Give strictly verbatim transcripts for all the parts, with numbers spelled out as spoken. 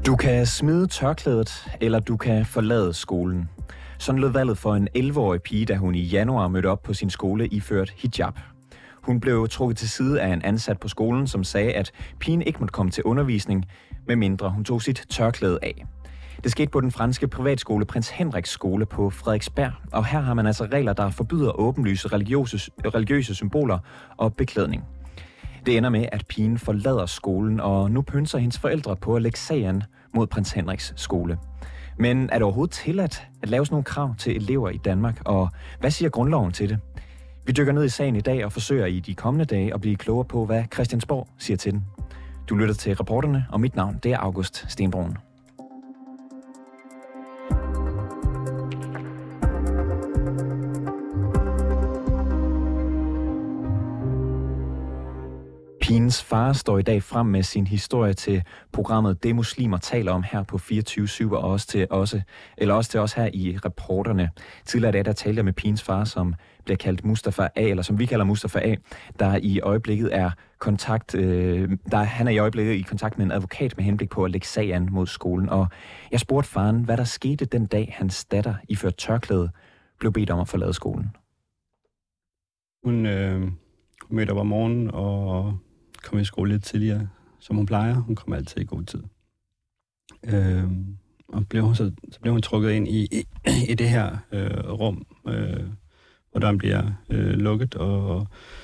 Du kan smide tørklædet, eller du kan forlade skolen. Sådan lød valget for en elleve-årig pige, da hun i januar mødte op på sin skole iført hijab. Hun blev trukket til side af en ansat på skolen, som sagde, at pigen ikke måtte komme til undervisning, medmindre hun tog sit tørklæde af. Det skete på den franske privatskole Prins Henriks skole på Frederiksberg, og her har man altså regler, der forbyder åbenlyse religiøse, religiøse symboler og beklædning. Det ender med, at pigen forlader skolen, og nu pønser hendes forældre på at lægge sagen mod Prins Henriks skole. Men er det overhovedet tilladt at lave sådan nogle krav til elever i Danmark, og hvad siger grundloven til det? Vi dykker ned i sagen i dag og forsøger i de kommende dage at blive klogere på, hvad Christiansborg siger til den. Du lytter til Reporterne, og mit navn det er August Stenbroen. Pigens far står i dag frem med sin historie til programmet Det Muslimer taler om her på fireogtyve syv og også til, også, eller også til os her i Reporterne. Tidligere i dag der talte jeg med pigens far, som bliver kaldt Mustafa A, eller som vi kalder Mustafa A, der i øjeblikket er kontakt, øh, der, han er i øjeblikket i kontakt med en advokat med henblik på at lægge sag an mod skolen. Og jeg spurgte faren, hvad der skete den dag, hans datter iført tørklæde blev bedt om at forlade skolen. Hun øh, mødte op om morgenen og kom i skole lidt tidligere, som hun plejer. Hun kommer altid i god tid. Øh, og blev hun så, så blev hun trukket ind i, i, i det her øh, rum, øh, hvor der bliver øh, lukket, og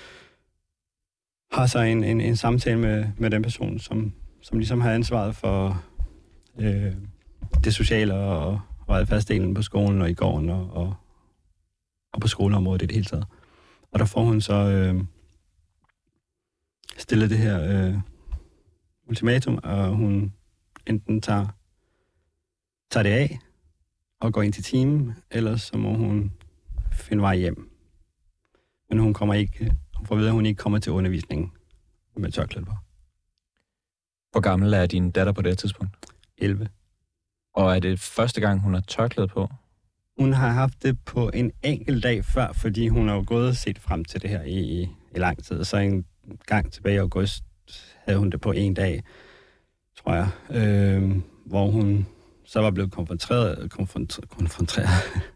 har så en, en, en samtale med, med den person, som, som ligesom har ansvaret for øh, det sociale og, og adfærdsdelen på skolen og i gården og, og, og på skoleområdet i det hele taget. Og der får hun så øh, stillet det her øh, ultimatum, og hun enten tager, tager det af og går ind til timen, eller så må hun finde vej hjem. Men hun kommer ikke, hun får at vide, at hun ikke kommer til undervisningen med tørklæde på. Hvor gammel er din datter på det her tidspunkt? elleve. Og er det første gang, hun har tørklæde på? Hun har haft det på en enkelt dag før, fordi hun har jo gået og set frem til det her i, i, i lang tid. Så en gang tilbage i august havde hun det på en dag, tror jeg, øh, hvor hun så var blevet konfronteret, konfronteret, konfronteret.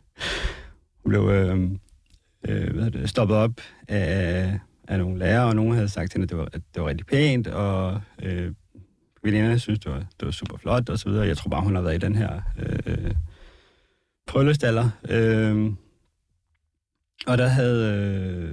Hun blev øh, øh, hvad det, stoppet op af, af nogle lærere, og nogen havde sagt til hende, at det var, at det var rigtig pænt, og øh, veninderne synes, det var, det var super flot, og så videre. Jeg tror bare, hun har været i den her øh, prøveløstaller. Øh, og der havde øh,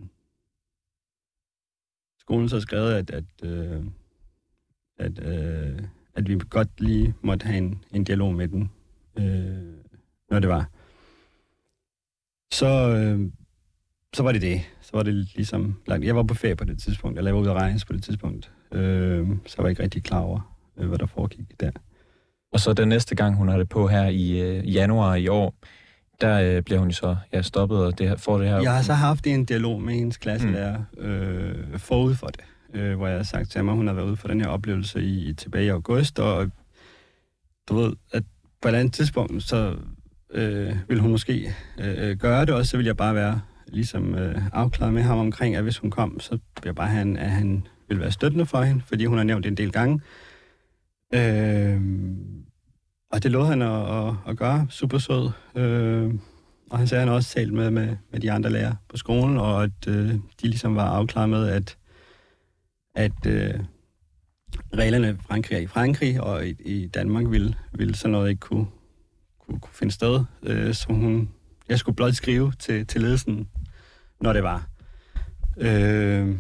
skolen så skrevet, at, at, øh, at, øh, at vi godt lige måtte have en, en dialog med den, øh, når det var. Så, øh, så var det det. Så var det ligesom langt. Jeg var på ferie på det tidspunkt, eller jeg var ude at rejse på det tidspunkt. Øh, så jeg var ikke rigtig klar over, øh, hvad der foregik der. Og så den næste gang, hun har det på her i øh, januar i år, der øh, bliver hun jo så ja, stoppet og det her, får det her... Jeg har så haft en dialog med hendes klasselærer mm. øh, forud for det, øh, hvor jeg har sagt til ham, at hun har været ude for den her oplevelse i, tilbage i august, og du ved, at på et eller andet tidspunkt, så øh, vil hun måske øh, gøre det, og så vil jeg bare være ligesom øh, afklaret med ham omkring, at hvis hun kom, så vil jeg bare have, at han vil være støttende for hende, fordi hun har nævnt det en del gange. Øh, og det lovede han at, at, at gøre, super sød. Øh, og han sagde, at han også talt med, med, med de andre lærere på skolen, og at øh, de ligesom var afklaret med, at, at øh, reglerne i Frankrig er i Frankrig, og i, i Danmark ville, ville sådan noget ikke kunne, kunne, kunne finde sted. Øh, så hun, jeg skulle blot skrive til, til ledelsen, når det var. Øh,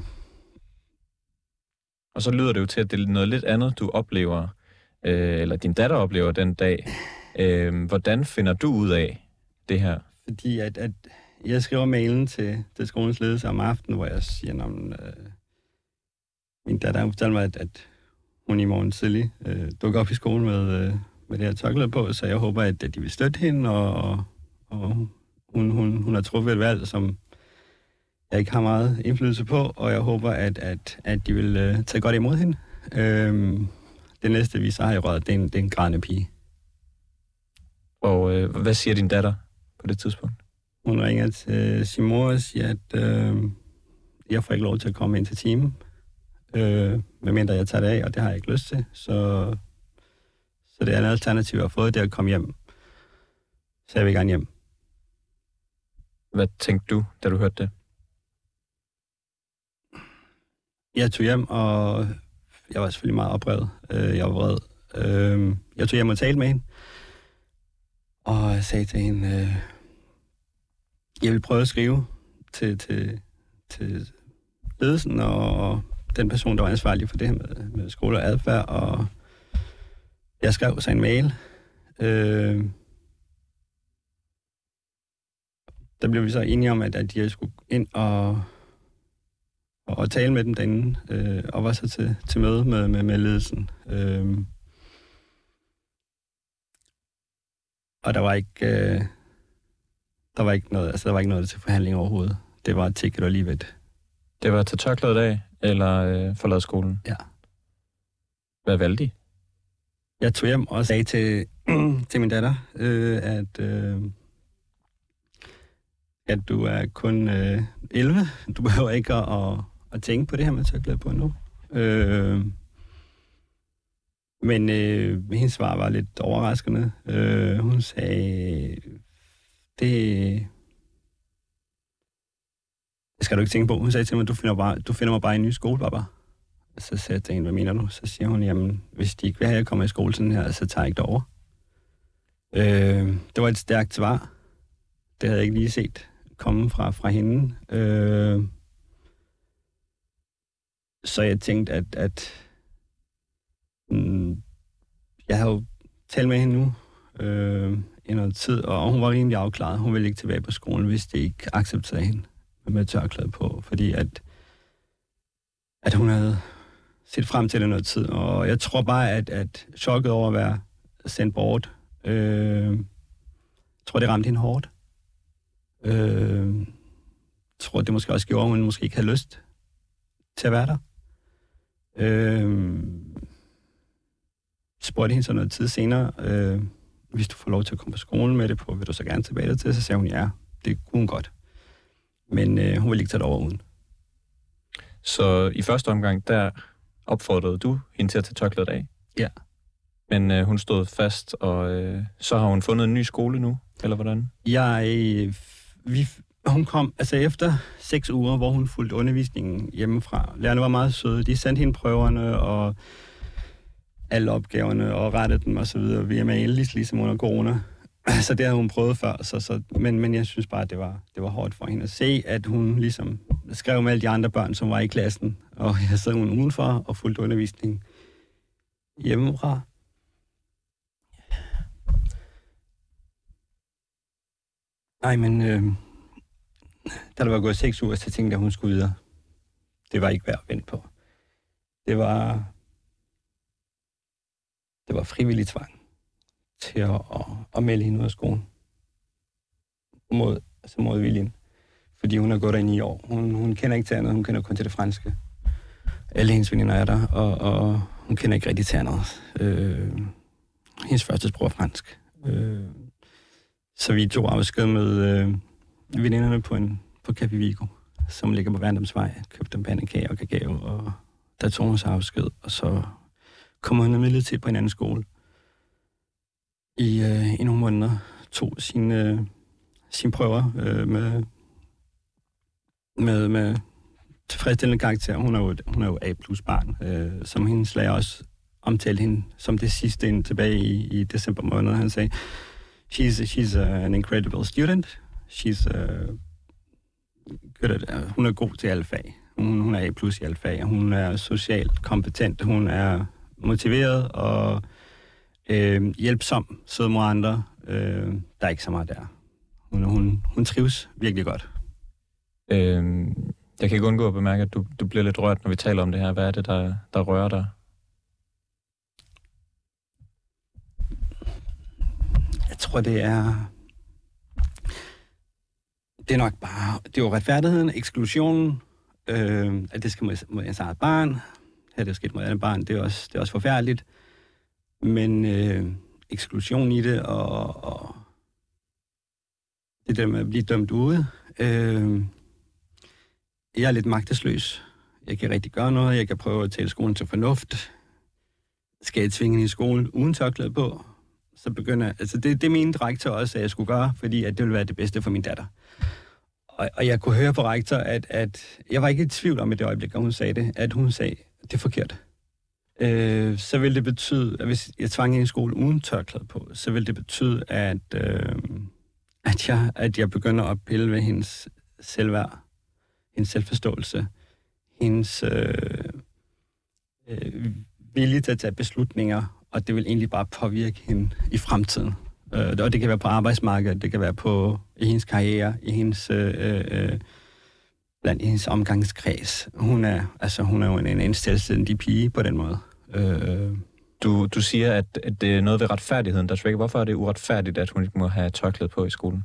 og så lyder det jo til, at det er noget lidt andet, du oplever, øh, eller din datter oplever den dag. Øh, hvordan finder du ud af det her? Fordi at, at jeg skriver mailen til, til skolens ledelse om aftenen, hvor jeg siger, at øh, min datter fortalte mig, at, at hun i morgen tidlig øh, dukker op i skolen med, øh, med det her tørklæde på, så jeg håber, at, at de vil støtte hende, og, og, og hun, hun, hun har truffet et valg, som jeg ikke har meget indflydelse på, og jeg håber, at, at, at de vil øh, tage godt imod hende. Øh, det næste, vi så har i røret, det er en, det er en grædende pige. Og øh, hvad siger din datter på det tidspunkt? Hun ringer til sin mor og siger, at øh, jeg får ikke lov til at komme ind til timen, øh, medmindre jeg tager det af, og det har jeg ikke lyst til. Så, Så det er et alternativ, jeg har fået, det er at komme hjem. Så jeg vil gerne hjem. Hvad tænkte du, da du hørte det? Jeg tog hjem, og jeg var selvfølgelig meget oprevet. Jeg var vred. Jeg tog hjem og talte med hende. Og jeg sagde til hende, jeg vil prøve at skrive til, til, til ledelsen og den person, der var ansvarlig for det her med, med skole og adfærd. Og jeg skrev så en mail. Øh, der blev vi så enige om, at, at jeg skulle ind og, og, og tale med dem derinde, øh, og var så til, til møde med, med, med ledelsen. Øh, og der var ikke øh, der var ikke noget, altså der var ikke noget til forhandling overhovedet. Det var et ticket og livet. Det var til tørklædet af, eller øh, forlade skolen? Ja. Hvad valgte I? Jeg tog hjem og sagde til, til min datter, øh, at, øh, at du er kun øh, elleve. Du behøver ikke at, at tænke på det her med tørklæde på nu. Øh, men øh, hendes svar var lidt overraskende. Øh, hun sagde, det, det skal du ikke tænke på. Hun sagde til mig, du finder, bare, du finder mig bare i en ny skole, Baba. Så sagde jeg til hende, hvad mener du? Så siger hun, jamen, hvis de ikke vil have, at jeg kommer i skole sådan her, så tager jeg ikke derover. Øh, det var et stærkt svar. Det havde jeg ikke lige set komme fra, fra hende. Øh, så jeg tænkte, at, at mm, jeg havde jo talt med hende nu øh, i noget tid, og hun var rimelig afklaret. Hun ville ikke tilbage på skolen, hvis det ikke accepterede hende med tørklæde på, fordi at, at hun havde set frem til det noget tid, og jeg tror bare, at, at chokket over at være sendt bort, øh, jeg tror, det ramte hende hårdt. Øh, jeg tror, det måske også gjorde, at hun måske ikke havde lyst til at være der. Øh, spurgte hende så noget tid senere, øh, hvis du får lov til at komme på skolen med det på, vil du så gerne tilbage til? Så sagde hun, ja, det kunne hun godt. Men øh, hun ville ikke tage det over uden. Så i første omgang, der opfordrede du hende til at tage tørklædet af? Ja. Men øh, hun stod fast, og øh, så har hun fundet en ny skole nu, eller hvordan? Jeg, vi, hun kom, altså efter seks uger, hvor hun fulgte undervisningen hjemmefra. Lærerne var meget søde. De sendte hende prøverne og alle opgaverne og rettede dem og så videre via mail, ligesom under corona. Så det havde hun prøvet før, så, så, men, men jeg synes bare, at det var, det var hårdt for hende at se, at hun ligesom skrev med alle de andre børn, som var i klassen, og jeg sad hun udenfor og fulgte undervisning hjemmefra. Nej, men øh, da der var gået seks uger, så tænkte jeg, at hun skulle videre. Det var ikke værd at vente på. Det var, det var frivillig tvang til at, at, at melde hende ud af skolen. Mod, altså mod viljen. Fordi hun har gået der i ni år. Hun, hun kender ikke til andet, hun kender kun til det franske. Alle hendes veninder er der, og, og hun kender ikke rigtig til andet. Øh, hendes første sprog er fransk. Øh, så vi tog afsked med øh, veninderne på, en, på Café Vigo, som ligger på Værndomsvej. Købte dem pandekager og kakao, og der tog hun sig afsked, og så kom hun midlertidigt på en anden skole. I, øh, i nogle måneder tog sine, øh, sine prøver øh, med, med, med tilfredsstillende karakter. Hun er jo, hun er jo A plus barn, øh, som hendes lærer også omtalte hende som det sidste ind tilbage i, i december måned. Han sagde, she's, she's an incredible student. She's uh, good at, uh, hun er god til alle fag. Hun, hun er A plus i alle fag. Hun er socialt kompetent. Hun er motiveret og Øh, hjælpsom, sød mod andre. Øh, der er ikke så meget der. Hun, hun, hun trives virkelig godt. Øh, jeg kan ikke undgå at bemærke, at du, du bliver lidt rørt, når vi taler om det her. Hvad er det, der, der rører dig? Jeg tror, det er... Det er nok bare... Det er jo retfærdigheden, eksklusionen, øh, at det skal mod, mod ens eget barn. Her er det sket mod andet barn. Det er også, det er også forfærdeligt. Men øh, eksklusion i det, og, og det der med at blive dømt ude. Øh, jeg er lidt magtesløs. Jeg kan rigtig gøre noget. Jeg kan prøve at tale skolen til fornuft. skal jeg tvinge hende i skole uden tørklæde på? Så begynder altså det, det mente rektor også, at jeg skulle gøre, fordi at det ville være det bedste for min datter. Og, og jeg kunne høre på rektor, at, at jeg var ikke i tvivl om i det øjeblik, at hun sagde det, at hun sagde, det er forkert. Øh, så ville det betyde, at hvis jeg tvang hende i skole uden tørklæde på, så ville det betyde, at, øh, at, jeg, at jeg begynder at pille ved hendes selvværd, hendes selvforståelse, hendes øh, øh, vilje til at tage beslutninger, og det vil egentlig bare påvirke hende i fremtiden. Øh, og det kan være på arbejdsmarkedet, det kan være på i hendes karriere, i hendes øh, øh, blandt hendes omgangskreds. Hun er altså hun er jo en, en selvstændig pige på den måde. Øh, du du siger at, at det er noget ved retfærdigheden, der trigger. Hvorfor er det uretfærdigt, at hun ikke må have tørklæde på i skolen?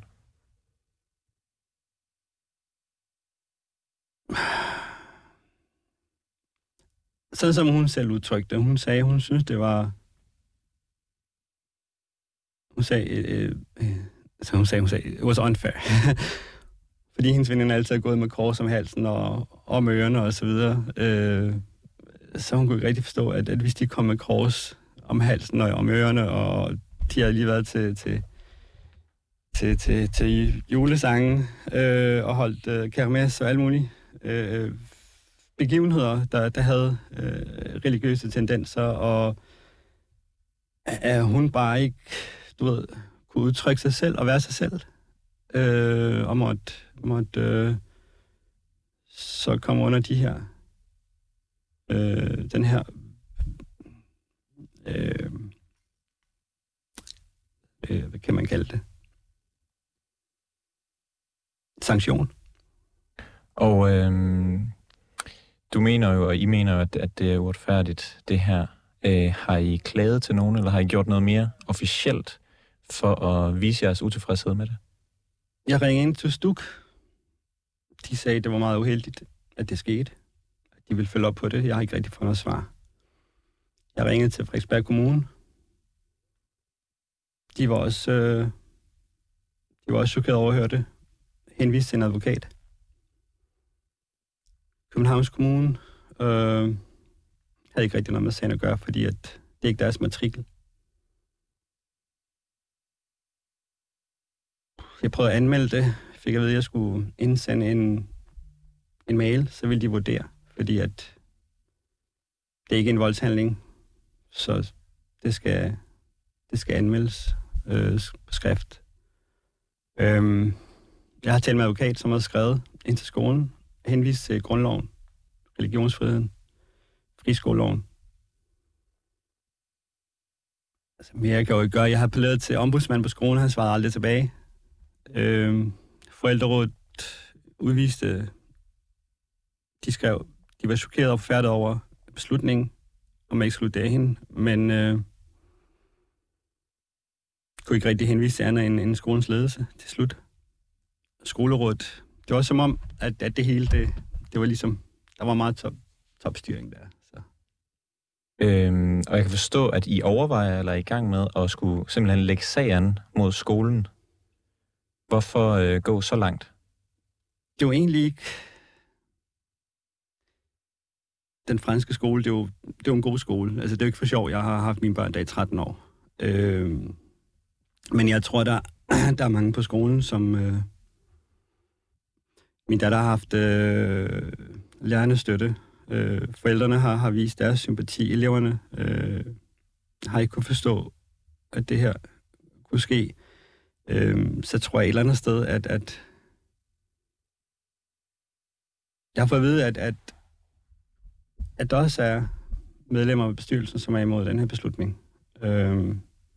Sådan som hun selv udtrykte, hun sagde, hun synes det var Hun sagde, øh, øh, så hun sagde, hun sagde, it was unfair. Fordi hendes veninde altid er gået med kors om halsen og om ørerne og så videre. Øh, så hun kunne ikke rigtig forstå, at, at hvis de kom med kors om halsen og om ørerne, og de havde lige været til, til, til, til, til julesangen øh, og holdt øh, kermes og alle mulige øh, begivenheder, der, der havde øh, religiøse tendenser, og at hun bare ikke du ved, kunne udtrykke sig selv og være sig selv. Øh, og måtte, måtte øh, så komme under de her, øh, den her, øh, øh, hvad kan man kalde det? Sanktion. Og øh, du mener jo, og I mener jo, at, at det er uretfærdigt, det her. Øh, har I klaget til nogen, eller har I gjort noget mere officielt for at vise jeres utilfredshed med det? Jeg ringede ind til Stuk. De sagde, at det var meget uheldigt, at det skete. De ville følge op på det. Jeg har ikke rigtig fået noget svar. Jeg ringede til Frederiksberg Kommune. De var også, øh, de var også chokeret over at høre det. Henviste til en advokat. Københavns Kommune øh, havde ikke rigtig noget med sagen at gøre, fordi at det er ikke deres matrikel. Jeg prøvede at anmelde det. Fik at vide, at jeg skulle indsende en, en mail, så ville de vurdere, fordi at det er ikke en voldshandling, så det skal, det skal anmeldes øh, på skrift. Øhm, jeg har talt med advokat, som har skrevet ind til skolen, henvist til grundloven, religionsfriheden, friskoleloven. Altså mere kan jeg jo ikke gøre. Jeg har appelleret til ombudsmanden på skolen, han svarede aldrig tilbage. Øhm, forældrerådet udviste, de skrev, de var chokeret og forfærdet over beslutningen om at ekskludere hende, men øh, kunne ikke rigtig henvise til andet end, end skolens ledelse til slut. Skolerådet, det var som om, at, at det hele, det, det var ligesom, der var meget top, topstyring der. Så. Øhm, og jeg kan forstå, at I overvejer eller er i gang med at skulle simpelthen lægge sagen mod skolen. Hvorfor øh, gå så langt? Det er jo egentlig ikke den franske skole, det er, jo, det er jo en god skole. Altså, det er jo ikke for sjov, jeg har haft mine børn der i tretten år. Øh, men jeg tror, der, der er mange på skolen, som... Øh, min datter har haft øh, lærende støtte. Øh, forældrene har, har vist deres sympati. Eleverne øh, har ikke kunne forstå, at det her kunne ske. Øh, så tror jeg et eller andet sted, at, at jeg har fået at vide, at, at, at der også er medlemmer af bestyrelsen, som er imod den her beslutning. Øh,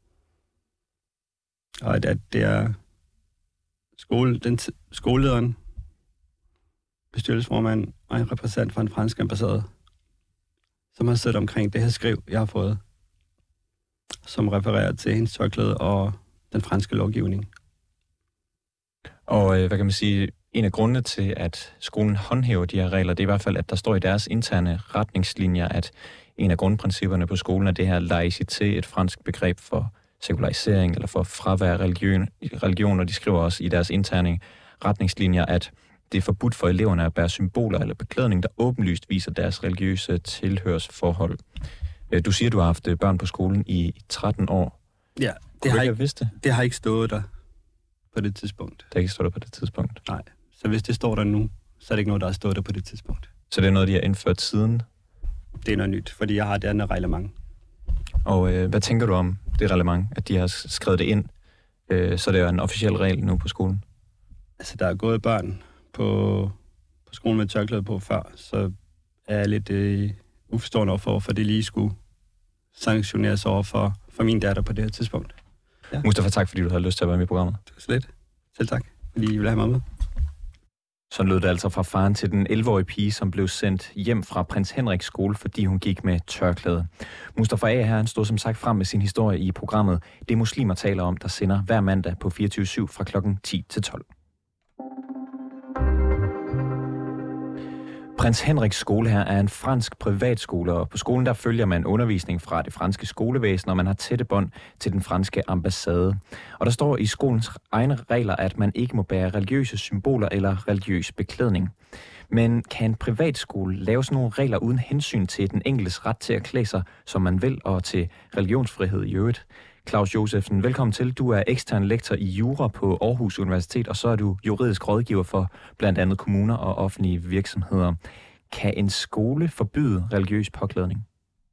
og at, at det er skole, den t- skolelederen, bestyrelsesformand og en repræsentant fra den franske ambassade, som har siddet omkring det her skriv, jeg har fået, som refererer til hendes tørklæde og den franske lovgivning. Og øh, hvad kan man sige, en af grundene til, at skolen håndhæver de her regler, det er i hvert fald, at der står i deres interne retningslinjer, at en af grundprincipperne på skolen er det her laïcité, et fransk begreb for sekularisering eller for fravær af religion, religion, og de skriver også i deres interne retningslinjer, at det er forbudt for eleverne at bære symboler eller beklædning, der åbenlyst viser deres religiøse tilhørsforhold. Du siger, du har haft børn på skolen i tretten år. Ja, det har, ikke, det? det har ikke stået der på det tidspunkt. Det har ikke stået der på det tidspunkt? Nej, så hvis det står der nu, så er det ikke noget, der har stået der på det tidspunkt. Så det er noget, de har indført siden? Det er noget nyt, fordi jeg har det andet reglement. Og øh, hvad tænker du om det reglement, at de har skrevet det ind, øh, så det er en officiel regel nu på skolen? Altså, der er gået børn på, på skolen med tørklæde på før, så er jeg lidt øh, uforstående for, for det lige skulle sanktioneres over for, for min datter på det her tidspunkt. Ja. Mustafa, tak fordi du havde lyst til at være med i programmet. Det var slet. Selv tak, fordi I ville have mig med. Sådan lød det altså fra faren til den elleve-årige pige, som blev sendt hjem fra Prins Henriks skole, fordi hun gik med tørklæde. Mustafa A. her, han stod som sagt frem med sin historie i programmet Det Muslimer taler om, der sender hver mandag på fireogtyve syv fra klokken ti til tolv. Prins Henriks skole her er en fransk privatskole, og på skolen der følger man undervisning fra det franske skolevæsen, og man har tætte bånd til den franske ambassade. Og der står i skolens egne regler, at man ikke må bære religiøse symboler eller religiøs beklædning. Men kan en privatskole lave sådan nogle regler uden hensyn til den enkeltes ret til at klæde sig, som man vil, og til religionsfrihed i øvrigt? Claus Josefsen, velkommen til. Du er ekstern lektor i jura på Aarhus Universitet, og så er du juridisk rådgiver for blandt andet kommuner og offentlige virksomheder. Kan en skole forbyde religiøs påklædning?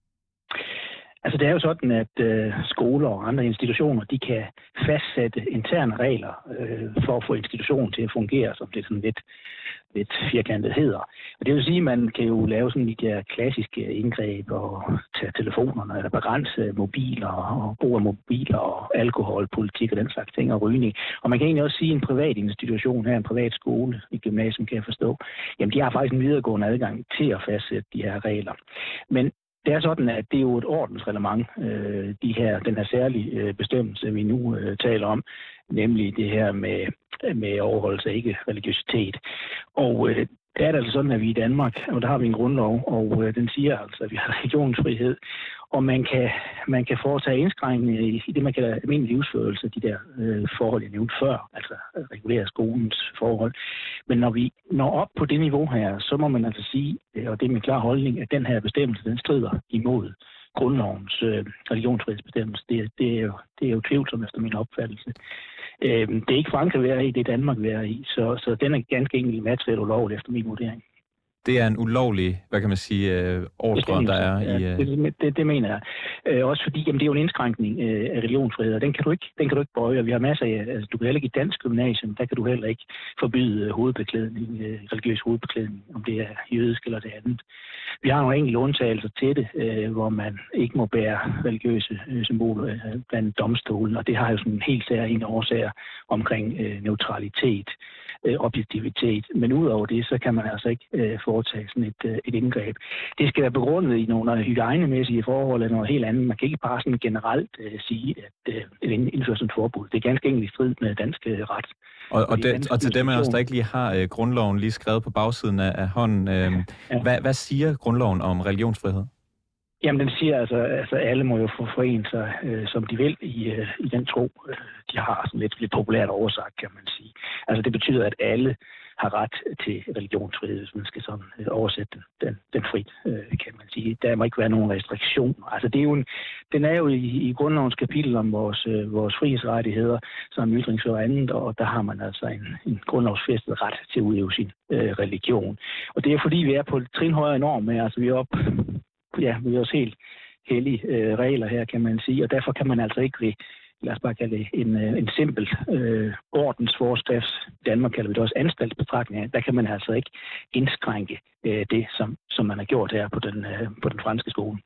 Altså det er jo sådan, at øh, skoler og andre institutioner, de kan fastsætte interne regler øh, for at få institutionen til at fungere, som det sådan lidt, lidt firkantet hedder. Og det vil sige, at man kan jo lave sådan de der klassiske indgreb og tage telefonerne, eller begrænse mobiler og brug af mobiler og alkoholpolitik og den slags ting og rygning. Og man kan egentlig også sige, at en privat institution her, en privat skole i gymnasium, kan jeg forstå, jamen de har faktisk en videregående adgang til at fastsætte de her regler. Men det er sådan, at det er jo et ordensreglement, øh, de her, den her særlige øh, bestemmelse, vi nu øh, taler om, nemlig det her med, med overholdelse af ikke-religiøsitet. Og øh, det er det altså sådan, at vi i Danmark, og der har vi en grundlov, og øh, den siger altså, at vi har religionsfrihed, og man kan, man kan foretage indskrænkninger i, i det, man kalder almindelig livsførelse, de der øh, forhold, jeg nævnte før, altså regulere skolens forhold. Men når vi når op på det niveau her, så må man altså sige, og det er min klare holdning, at den her bestemmelse, den strider imod grundlovens øh, religionsfrihedsbestemmelse. Det, det, er jo, det er jo tvivlsomt efter min opfattelse. Øh, det er ikke Frankrig være i, det er Danmark være i, så, så den er ganske enkelt materielt ulovlig efter min vurdering. Det er en ulovlig, hvad kan man sige, øh, ordre, der er ja, i... Øh... Det, det, det mener jeg. Øh, også fordi, jamen, det er jo en indskrænkning øh, af religionsfrihed, og den kan du ikke, den kan du ikke bøje. Vi har masser af, altså, du kan heller ikke i dansk gymnasium, der kan du heller ikke forbyde øh, hovedbeklædning, øh, religiøs hovedbeklædning, om det er jødisk eller det andet. Vi har nogle enkelte undtagelser til det, øh, hvor man ikke må bære religiøse øh, symboler øh, blandt domstolen, og det har jo sådan en helt særlig årsager omkring øh, neutralitet, øh, objektivitet. Men udover det, så kan man altså ikke øh, foretage sådan et, øh, et indgreb. Det skal være begrundet i nogle hygiejnemæssige forhold eller noget helt andet. Man kan ikke bare sådan generelt øh, sige, at øh, det indfører sådan et forbud. Det er ganske enkelt i strid med dansk øh, ret. Og, og, det, og til dem af os, der ikke lige har øh, grundloven lige skrevet på bagsiden af, af hånden, øh, ja. hvad, hvad siger grundloven om religionsfrihed? Jamen, den siger altså, altså alle må jo få forene sig, øh, som de vil, i, øh, i den tro, øh, de har. Sådan lidt, lidt populært oversagt, kan man sige. Altså, det betyder, at alle har ret til religionsfrihed, hvis man skal sådan øh, oversætte den, den, den frit, øh, kan man sige. Der må ikke være nogen restriktioner. Altså, det er jo en, den er jo i, i grundlovens kapitel om vores, øh, vores frihedsrettigheder, som ytringsfrihed og andet, og der har man altså en, en grundlovsfæstet ret til at udøve sin øh, religion. Og det er fordi, vi er på et trin højere norm med, altså vi er op Ja, vi er også helt hellige øh, regler her, kan man sige, og derfor kan man altså ikke ved, lad os bare kalde det, en, øh, en simpel øh, ordensforskrift, Danmark kalder vi det også anstaltsbetragtning, der kan man altså ikke indskrænke øh, det, som, som man har gjort her på den, øh, på den franske skole.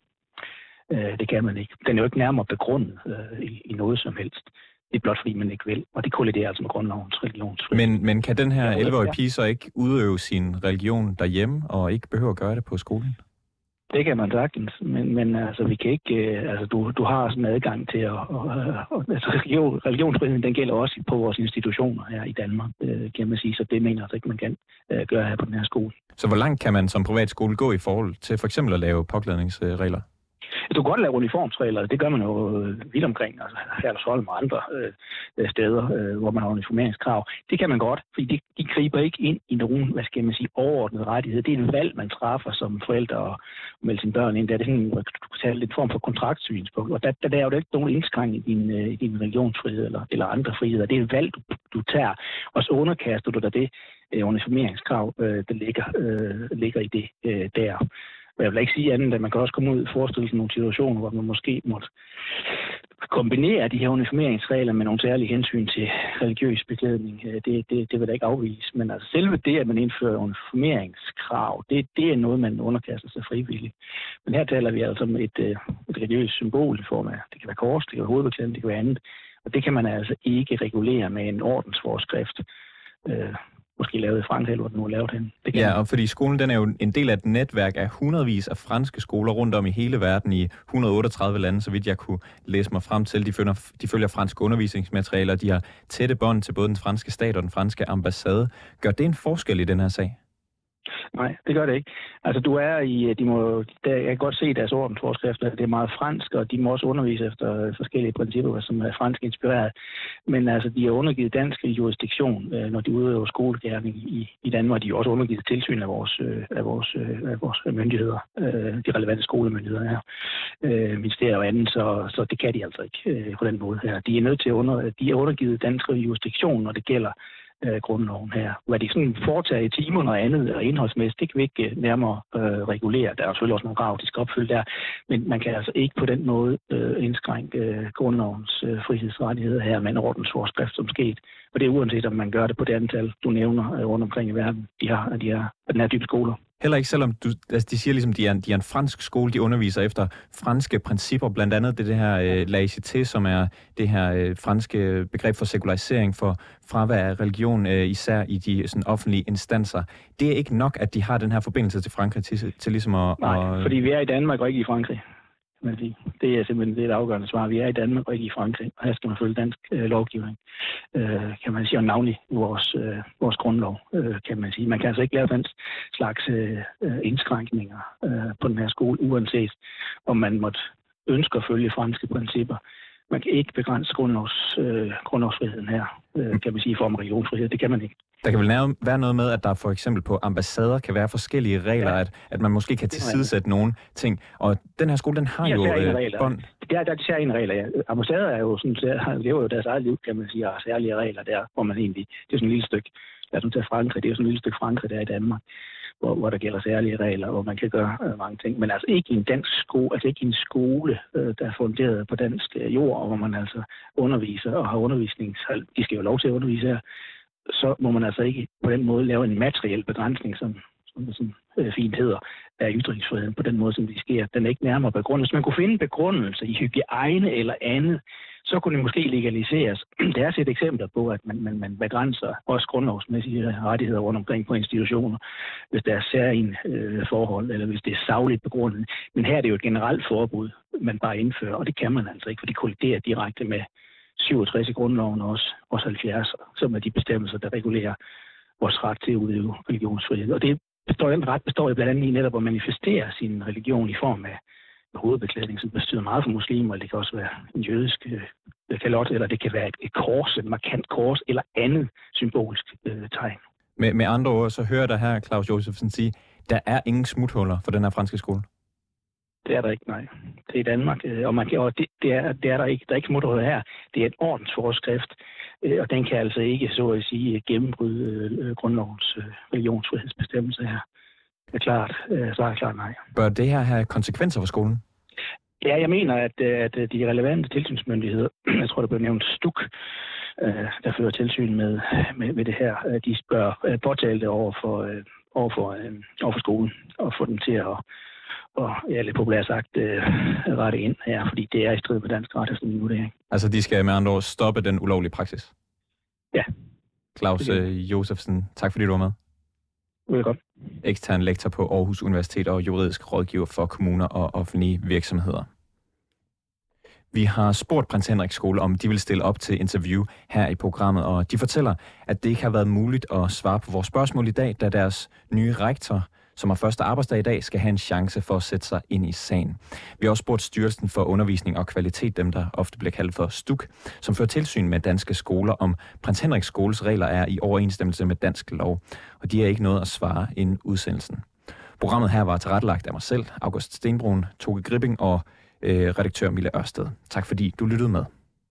Øh, det kan man ikke. Den er jo ikke nærmere begrundet øh, i, i noget som helst. Det er blot fordi, man ikke vil, og det kolliderer altså med grundlovens religionsfrihed. Men, men kan den her elleve-årige pige så ikke udøve sin religion derhjemme, og ikke behøve at gøre det på skolen? Det kan man sagtens, men, men altså, vi kan ikke, øh, altså, du, du har sådan adgang til at, og, og, altså, religion, religionsfriheden, den gælder også på vores institutioner her i Danmark, øh, kan man sige, så det mener jeg altså ikke, man kan øh, gøre her på den her skole. Så hvor langt kan man som privatskole gå i forhold til for eksempel at lave påklædningsregler? Du kan godt lave uniformsregler, det gør man jo vidt omkring, altså Herlufsholm og andre øh, steder, øh, hvor man har uniformeringskrav. Det kan man godt, fordi de, de griber ikke ind i nogen, hvad skal man sige, overordnede rettigheder. Det er et valg, man træffer som forældre og melde sine børn ind. Der er det sådan, du kan tale en form for kontraktsynspunkt, og der, der, der er jo ikke nogen indskrænkning i din, i din religionsfrihed eller, eller andre friheder. Det er et valg, du, du tager, og så underkaster du dig det øh, uniformeringskrav, øh, der ligger, øh, ligger i det øh, der. Og jeg vil ikke sige andet, at man kan også komme ud og forestille sig nogle situationer, hvor man måske måtte kombinere de her uniformeringsregler med nogle særlige hensyn til religiøs beklædning. Det, det, det vil da ikke afvise. Men altså selve det, at man indfører uniformeringskrav, det, det er noget, man underkaster sig frivilligt. Men her taler vi altså om et, et religiøst symbol i form af, det kan være kors, det kan være hovedbeklædning, det kan være andet. Og det kan man altså ikke regulere med en ordensforskrift. Øh, måske lavet i Frankrig, eller hvor den nu er lavet hen. Ja, og fordi skolen den er jo en del af et netværk af hundredvis af franske skoler rundt om i hele verden i et hundrede og otteogtredive lande, så vidt jeg kunne læse mig frem til. De følger, de følger franske undervisningsmaterialer, de har tætte bånd til både den franske stat og den franske ambassade. Gør det en forskel i den her sag? Nej, det gør det ikke. Altså, du er i, de må, der, jeg kan godt se deres ordensforskrifter, det er meget fransk, og de må også undervise efter forskellige principper, som er fransk inspireret. Men altså, de er undergivet dansk jurisdiktion, når de udøver skolegerning i, i Danmark. De er også undergivet tilsyn af vores, af vores, af vores myndigheder, de relevante skolemyndigheder her, ministerier og andet, så, så det kan de altså ikke på den måde her. De er nødt til at under, de er undergivet dansk jurisdiktion, når det gælder grundloven her. Hvad de sådan foretager i timer og andet og indholdsmæssigt, det kan vi ikke nærmere øh, regulere. Der er selvfølgelig også nogle krav, de skal opfylde der, men man kan altså ikke på den måde øh, indskrænke øh, grundlovens øh, frihedsrettigheder her med en ordensforskrift som sket. Og det er uanset, om man gør det på det antal, du nævner øh, rundt omkring i verden, de har, de har den her type skoler. Heller ikke, selvom du, altså de siger ligesom, de er, en, de er en fransk skole, de underviser efter franske principper, blandt andet det, det her øh, laïcité, som er det her øh, franske begreb for sekularisering, for fravær af religion, øh, især i de sådan, offentlige instanser. Det er ikke nok, at de har den her forbindelse til Frankrig, til, til ligesom at... Nej, og, fordi vi er i Danmark og ikke i Frankrig. Det er simpelthen det, et afgørende svar. Vi er i Danmark og ikke i Frankrig, og her skal man følge dansk øh, lovgivning, øh, kan man sige, og navnlig vores, øh, vores grundlov, øh, kan man sige. Man kan altså ikke lave den slags øh, indskrænkninger øh, på den her skole, uanset om man måtte ønske at følge franske principper. Man kan ikke begrænse grundlovs, øh, grundlovsfriheden her, øh, kan man sige, for om religionsfrihed. Det kan man ikke. Der kan vel være noget med, at der for eksempel på ambassader kan være forskellige regler, ja. at, at man måske kan tilsidesætte nogle ting. Og den her skole, den har ja, jo øh, bånd. Der, der er de særlige regler, ja. Ambassader er jo sådan, der lever jo deres eget liv, kan man sige, og særlige regler der, hvor man egentlig, det er sådan et lille stykke, lad os nu tage Frankrig, det er jo sådan et lille stykke Frankrig der i Danmark, hvor, hvor der gælder særlige regler, hvor man kan gøre øh, mange ting. Men altså ikke i en dansk skole, altså ikke i en skole, øh, der er funderet på dansk øh, jord, hvor man altså underviser og har undervisningshold. De skal jo lov til at undervise her. Så må man altså ikke på den måde lave en materiel begrænsning, som, som det sådan, øh, fint hedder, af ytringsfriheden på den måde, som det sker. Den er ikke nærmere begrundet. Hvis man kunne finde begrundelse i hygiejne eller andet, så kunne det måske legaliseres. Der er set eksempler på, at man, man, man begrænser også grundlovsmæssige rettigheder rundt omkring på institutioner, hvis der er særlige øh, forhold, eller hvis det er sagligt begrundet. Men her er det jo et generelt forbud, man bare indfører, og det kan man altså ikke, for det kolliderer direkte med syvogtres i grundloven og også, også halvfjerds, som er de bestemmelser, der regulerer vores ret til at udøve religionsfrihed. Og det består, den ret består jo blandt andet i netop at manifestere sin religion i form af hovedbeklædning, som betyder meget for muslimer, eller det kan også være en jødisk øh, kalot, eller det kan være et, et kors, et markant kors, eller andet symbolsk øh, tegn. Med, med andre ord, så hører der her Claus Josefsen sige, der er ingen smuthuller for den her franske skole. Det er der ikke, nej. Det er i Danmark, og, man kan, og det, det, er, det er der ikke. Der er ikke smuthuller her. Det er en ordensforskrift, og den kan altså ikke, så at sige, gennembryde grundlovens religionsfrihedsbestemmelse her. Det er klart, så er klart nej. Bør det her have konsekvenser for skolen? Ja, jeg mener, at, at de relevante tilsynsmyndigheder, jeg tror, der blev nævnt STUK, der fører tilsyn med, med, med det her, de bør påtale det over for, over for, over for skolen og få dem til at og ja, lidt populært sagt, øh, rette ind her, fordi det er i strid med dansk ret, sådan en vurdering. Altså, de skal med andre ord stoppe den ulovlige praksis? Ja. Claus øh, Josefsen, tak fordi du var med. Velkommen. Ekstern lektor på Aarhus Universitet og juridisk rådgiver for kommuner og offentlige virksomheder. Vi har spurgt Prins Henriks Skole, om de vil stille op til interview her i programmet, og de fortæller, at det ikke har været muligt at svare på vores spørgsmål i dag, da deres nye rektor, som har første arbejdsdag i dag, skal have en chance for at sætte sig ind i sagen. Vi har også spurgt Styrelsen for Undervisning og Kvalitet, dem der ofte bliver kaldt for STUK, som fører tilsyn med danske skoler, om Prins Henriks skoles regler er i overensstemmelse med dansk lov. Og de har ikke noget at svare inden udsendelsen. Programmet her var tilrettelagt af mig selv, August Stenbrun, Toge Gripping og øh, redaktør Mille Ørsted. Tak fordi du lyttede med.